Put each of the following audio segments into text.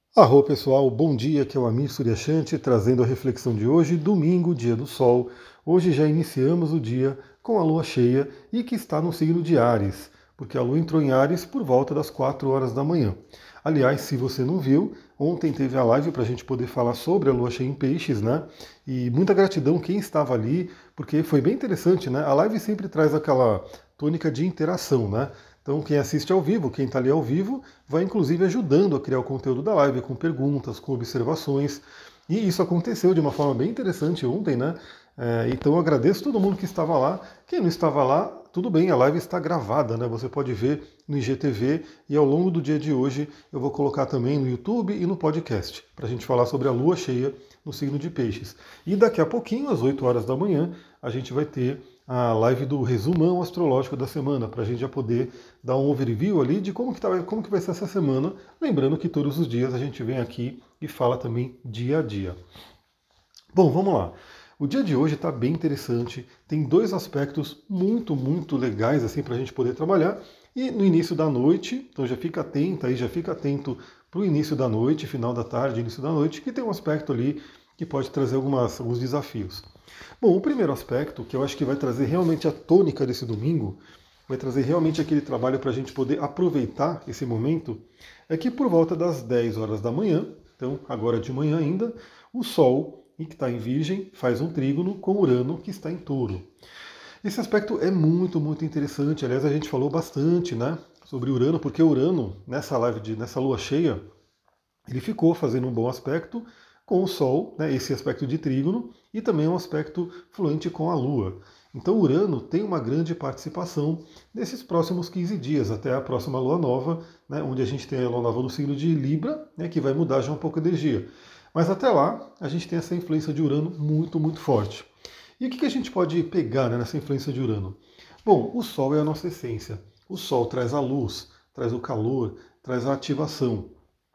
Arro pessoal, bom dia, aqui é o Amir Suryashanti trazendo a reflexão de hoje, domingo, dia do sol. Hoje já iniciamos o dia com a lua cheia e que está no signo de Áries, porque a lua entrou em Áries por volta das 4 horas da manhã. Aliás, se você não viu, ontem teve a live para a gente poder falar sobre a lua cheia em Peixes, né? E muita gratidão quem estava ali, porque foi bem interessante, né? A live sempre traz aquela tônica de interação, né? Então, quem assiste ao vivo, quem está ali ao vivo, vai inclusive ajudando a criar o conteúdo da live com perguntas, com observações. E isso aconteceu de uma forma bem interessante ontem, né? Então eu agradeço todo mundo que estava lá. Quem não estava lá, tudo bem, a live está gravada, né? Você pode ver no IGTV e ao longo do dia de hoje eu vou colocar também no YouTube e no podcast para a gente falar sobre a lua cheia no signo de Peixes. E daqui a pouquinho, às 8 horas da manhã, a gente vai ter a live do resumão astrológico da semana, para a gente já poder dar um overview ali de como que vai ser essa semana. Lembrando que todos os dias a gente vem aqui e fala também dia a dia. Bom, vamos lá. O dia de hoje está bem interessante, tem dois aspectos muito legais assim para a gente poder trabalhar. E no início da noite, então já fica atento aí, já fica atento para o início da noite, final da tarde, início da noite, que tem um aspecto ali que pode trazer alguns desafios. Bom, o primeiro aspecto, que eu acho que vai trazer realmente a tônica desse domingo, vai trazer realmente aquele trabalho para a gente poder aproveitar esse momento, é que por volta das 10 horas da manhã, então agora de manhã ainda, o Sol, que está em Virgem, faz um trígono com Urano, que está em Touro. Esse aspecto é muito interessante. Aliás, a gente falou bastante, né, sobre Urano, porque Urano, nessa nessa lua cheia, ele ficou fazendo um bom aspecto com o Sol, né, esse aspecto de trígono, e também um aspecto fluente com a Lua. Então Urano tem uma grande participação nesses próximos 15 dias, até a próxima Lua Nova, né, onde a gente tem a Lua Nova no signo de Libra, né, que vai mudar já um pouco a energia. Mas até lá, a gente tem essa influência de Urano muito forte. E o que a gente pode pegar, né, nessa influência de Urano? Bom, o Sol é a nossa essência. O Sol traz a luz, traz o calor, traz a ativação.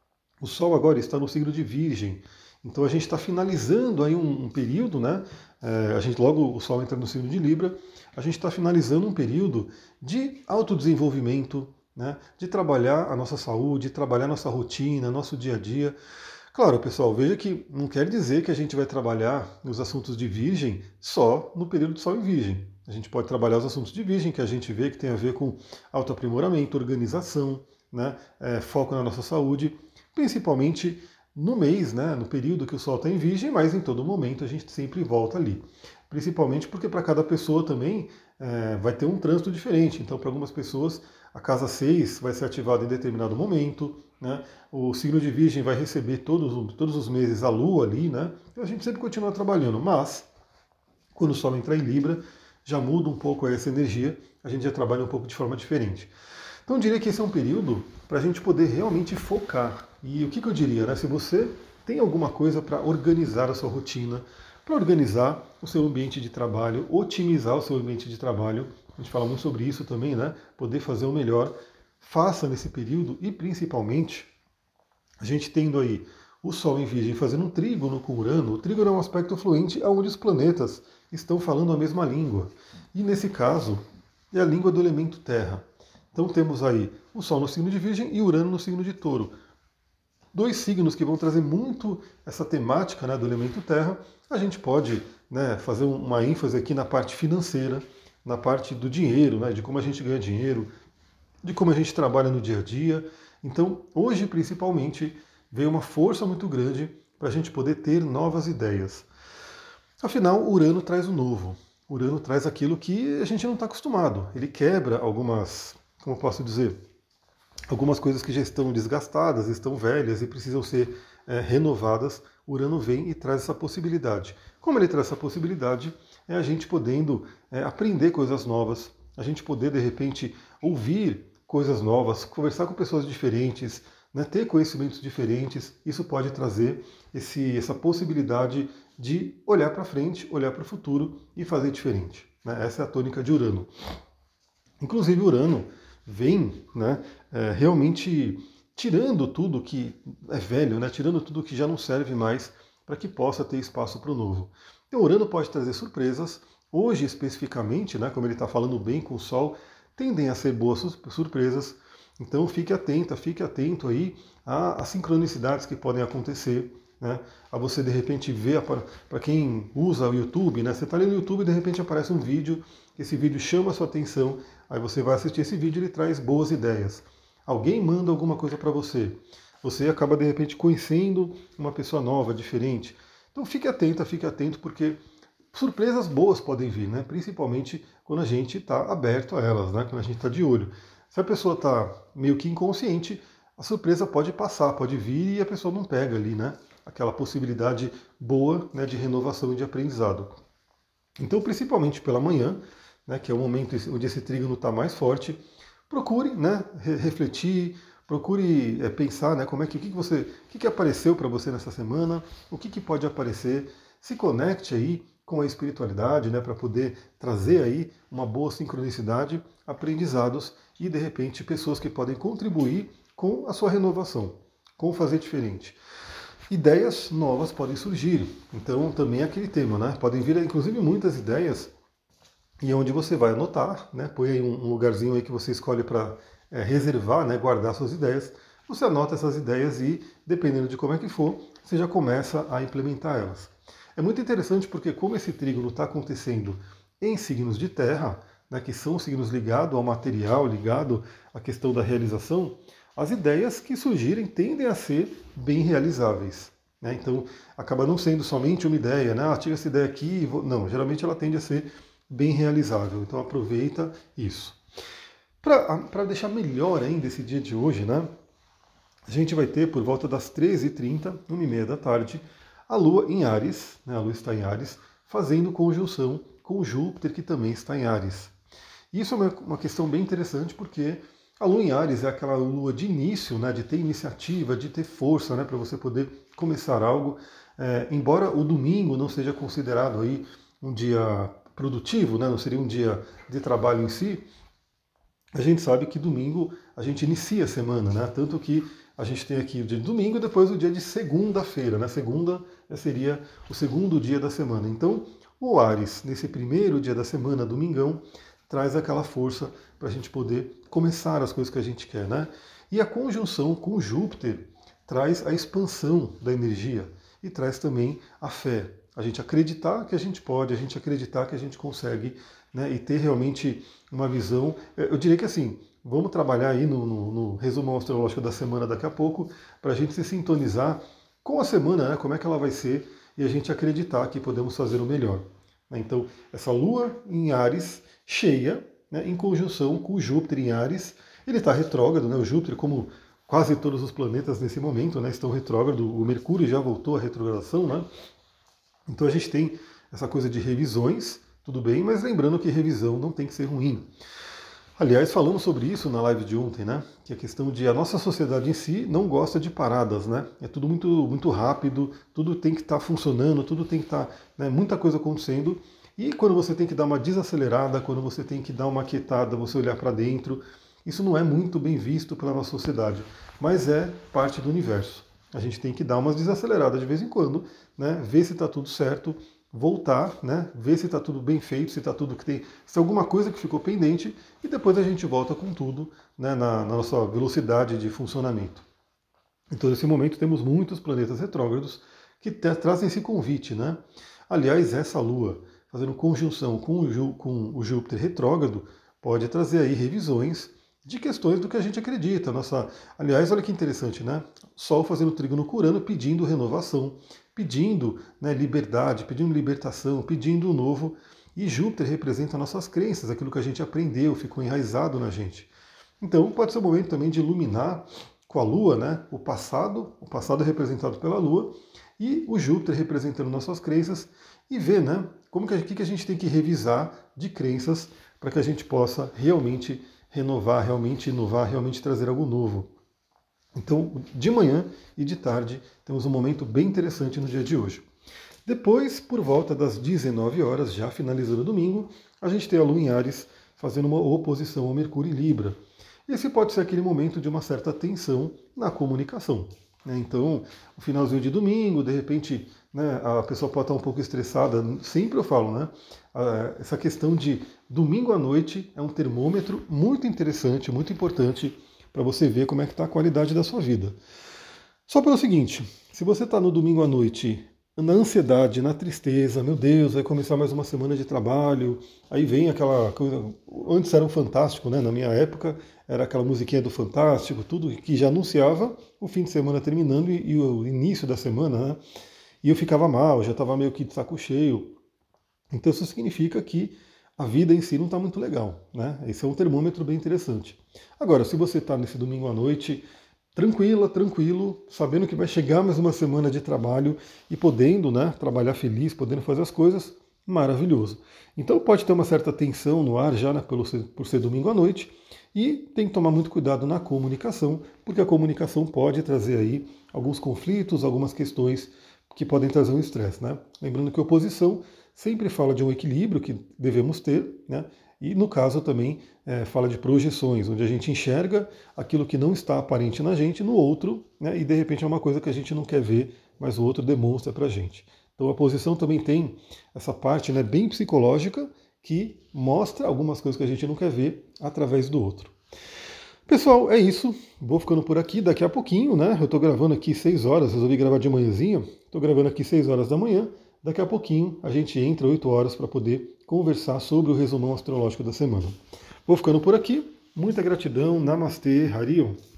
O Sol agora está no signo de Virgem, então a gente está finalizando aí um período, né? A gente logo o Sol entra no signo de Libra, a gente está finalizando um período de autodesenvolvimento, né? De trabalhar a nossa saúde, trabalhar a nossa rotina, nosso dia a dia. Claro, pessoal, veja que não quer dizer que a gente vai trabalhar os assuntos de Virgem só no período de Sol em Virgem. A gente pode trabalhar os assuntos de Virgem que a gente vê que tem a ver com autoaprimoramento, organização, né? Foco na nossa saúde, principalmente no mês, né? No período que o Sol está em Virgem, mas em todo momento a gente sempre volta ali. Principalmente porque para cada pessoa também vai ter um trânsito diferente. Então, para algumas pessoas, a casa 6 vai ser ativada em determinado momento, né? O signo de Virgem vai receber todos os meses a Lua ali, né? Então a gente sempre continua trabalhando, mas quando o Sol entrar em Libra, já muda um pouco essa energia, a gente já trabalha um pouco de forma diferente. Então eu diria que esse é um período para a gente poder realmente focar. E o que eu diria, né? Se você tem alguma coisa para organizar a sua rotina, para organizar o seu ambiente de trabalho, otimizar o seu ambiente de trabalho, a gente fala muito sobre isso também, né? Poder fazer o melhor, faça nesse período e principalmente a gente tendo aí o Sol em Virgem fazendo um trígono com Urano. O trígono é um aspecto fluente onde os planetas estão falando a mesma língua. E nesse caso, é a língua do elemento Terra. Então temos aí o Sol no signo de Virgem e Urano no signo de Touro. Dois signos que vão trazer muito essa temática, né, do elemento Terra. A gente pode, né, fazer uma ênfase aqui na parte financeira, na parte do dinheiro, né, de como a gente ganha dinheiro, de como a gente trabalha no dia a dia. Então, hoje, principalmente, veio uma força muito grande para a gente poder ter novas ideias. Afinal, Urano traz o novo. Urano traz aquilo que a gente não está acostumado. Ele quebra algumas, como eu posso dizer, algumas coisas que já estão desgastadas, estão velhas e precisam ser renovadas. Urano vem e traz essa possibilidade. Como ele traz essa possibilidade, é a gente podendo aprender coisas novas, a gente poder, de repente, ouvir coisas novas, conversar com pessoas diferentes, né, ter conhecimentos diferentes. Isso pode trazer essa possibilidade de olhar para frente, olhar para o futuro e fazer diferente. Né? Essa é a tônica de Urano. Inclusive, Urano vem, né, realmente tirando tudo que é velho, né, tirando tudo que já não serve mais para que possa ter espaço para o novo. Então, Urano pode trazer surpresas. Hoje, especificamente, né, como ele está falando bem com o Sol, tendem a ser boas surpresas. Então fique atento aí às sincronicidades que podem acontecer, né? A você de repente ver, para quem usa o YouTube, né? Você está ali no YouTube e de repente aparece um vídeo, esse vídeo chama a sua atenção, aí você vai assistir esse vídeo e ele traz boas ideias. Alguém manda alguma coisa para você, você acaba de repente conhecendo uma pessoa nova, diferente. Então fique atento, porque surpresas boas podem vir, né? Principalmente quando a gente está aberto a elas, né? Quando a gente está de olho. Se a pessoa está meio que inconsciente, a surpresa pode passar, pode vir e a pessoa não pega ali, né? Aquela possibilidade boa, né, de renovação e de aprendizado. Então, principalmente pela manhã, né, que é o momento onde esse trígono está mais forte, procure, né, refletir, procure pensar, né, como é que o que apareceu para você nessa semana, o que pode aparecer, se conecte aí com a espiritualidade, né, para poder trazer aí uma boa sincronicidade, aprendizados e de repente pessoas que podem contribuir com a sua renovação, com o fazer diferente. Ideias novas podem surgir, então também é aquele tema, né? Podem vir inclusive muitas ideias e onde você vai anotar, né? Põe aí um lugarzinho aí que você escolhe para reservar, né? Guardar suas ideias. Você anota essas ideias e, dependendo de como é que for, você já começa a implementar elas. É muito interessante porque como esse trígono está acontecendo em signos de terra, né, que são signos ligados ao material, ligado à questão da realização, as ideias que surgirem tendem a ser bem realizáveis. Né? Então, acaba não sendo somente uma ideia, né? Tira essa ideia aqui e vou... Não, geralmente ela tende a ser bem realizável. Então, aproveita isso. Para deixar melhor ainda esse dia de hoje, né? A gente vai ter, por volta das 13h30, 1h30 da tarde, a Lua em Áries, né? A Lua está em Áries, fazendo conjunção com Júpiter, que também está em Áries. Isso é uma questão bem interessante, porque a Lua em Áries é aquela lua de início, né, de ter iniciativa, de ter força, né, para você poder começar algo. Embora o domingo não seja considerado aí um dia produtivo, né, não seria um dia de trabalho em si, a gente sabe que domingo a gente inicia a semana, né, tanto que a gente tem aqui o dia de domingo e depois o dia de segunda-feira. Né, segunda seria o segundo dia da semana. Então, o Áries, nesse primeiro dia da semana, domingão, traz aquela força para a gente poder começar as coisas que a gente quer, né? E a conjunção com Júpiter traz a expansão da energia e traz também a fé. A gente acreditar que a gente pode, a gente acreditar que a gente consegue, né? E ter realmente uma visão. Eu diria que assim, vamos trabalhar aí no resumo astrológico da semana daqui a pouco, para a gente se sintonizar com a semana, né? Como é que ela vai ser e a gente acreditar que podemos fazer o melhor. Então, essa Lua em Áries cheia, né, em conjunção com o Júpiter em Áries. Ele está retrógrado, né, o Júpiter, como quase todos os planetas nesse momento, né, estão retrógrados. O Mercúrio já voltou à retrogradação, né? Então a gente tem essa coisa de revisões, tudo bem, mas lembrando que revisão não tem que ser ruim. Aliás, falamos sobre isso na live de ontem, né? Que a questão de a nossa sociedade em si não gosta de paradas, né? É tudo muito rápido, tudo tem que estar funcionando, tudo tem que estar, né, muita coisa acontecendo. E quando você tem que dar uma desacelerada, quando você tem que dar uma quietada, você olhar para dentro, isso não é muito bem visto pela nossa sociedade, mas é parte do universo. A gente tem que dar umas desaceleradas de vez em quando, né? Ver se está tudo certo, voltar, né? Ver se está tudo bem feito, se está tudo que tem, se alguma coisa que ficou pendente, e depois a gente volta com tudo, né, na nossa velocidade de funcionamento. Então, nesse momento, temos muitos planetas retrógrados que trazem esse convite, né? Aliás, essa Lua fazendo conjunção com o Júpiter retrógrado pode trazer aí revisões de questões do que a gente acredita. Aliás, olha que interessante, né? Sol fazendo trígono com Urano, pedindo renovação, pedindo, né, liberdade, pedindo libertação, pedindo o novo. E Júpiter representa nossas crenças, aquilo que a gente aprendeu, ficou enraizado na gente. Então pode ser o momento também de iluminar com a Lua, né, o passado é representado pela Lua, e o Júpiter representando nossas crenças, e ver, né, como que a gente tem que revisar de crenças para que a gente possa realmente renovar, realmente inovar, realmente trazer algo novo. Então, de manhã e de tarde, temos um momento bem interessante no dia de hoje. Depois, por volta das 19 horas, já finalizando o domingo, a gente tem a Lua em Áries fazendo uma oposição ao Mercúrio em Libra. Esse pode ser aquele momento de uma certa tensão na comunicação. Né? Então, o finalzinho de domingo, de repente, né, a pessoa pode estar um pouco estressada. Sempre eu falo, né? Essa questão de domingo à noite é um termômetro muito interessante, muito importante para você ver como é que está a qualidade da sua vida. Só pelo seguinte, se você está no domingo à noite na ansiedade, na tristeza, meu Deus, vai começar mais uma semana de trabalho, aí vem aquela coisa, antes era um Fantástico, né? Na minha época era aquela musiquinha do Fantástico, tudo que já anunciava o fim de semana terminando e o início da semana, né? E eu ficava mal, já estava meio que de saco cheio. Então isso significa que a vida em si não está muito legal, né? Esse é um termômetro bem interessante. Agora, se você está nesse domingo à noite tranquila, tranquilo, sabendo que vai chegar mais uma semana de trabalho e podendo, né, trabalhar feliz, podendo fazer as coisas, maravilhoso. Então pode ter uma certa tensão no ar já, né, por ser domingo à noite, e tem que tomar muito cuidado na comunicação, porque a comunicação pode trazer aí alguns conflitos, algumas questões que podem trazer um estresse, né? Lembrando que a oposição sempre fala de um equilíbrio que devemos ter, né? E no caso também fala de projeções, onde a gente enxerga aquilo que não está aparente na gente no outro, né? E de repente é uma coisa que a gente não quer ver, mas o outro demonstra para a gente. Então a posição também tem essa parte, né, bem psicológica que mostra algumas coisas que a gente não quer ver através do outro. Pessoal, é isso. Vou ficando por aqui. Daqui a pouquinho, né? Eu estou gravando aqui 6 horas, resolvi gravar de manhãzinha. Estou gravando aqui 6 horas da manhã. Daqui a pouquinho a gente entra 8 horas para poder conversar sobre o resumão astrológico da semana. Vou ficando por aqui. Muita gratidão. Namastê, Harion.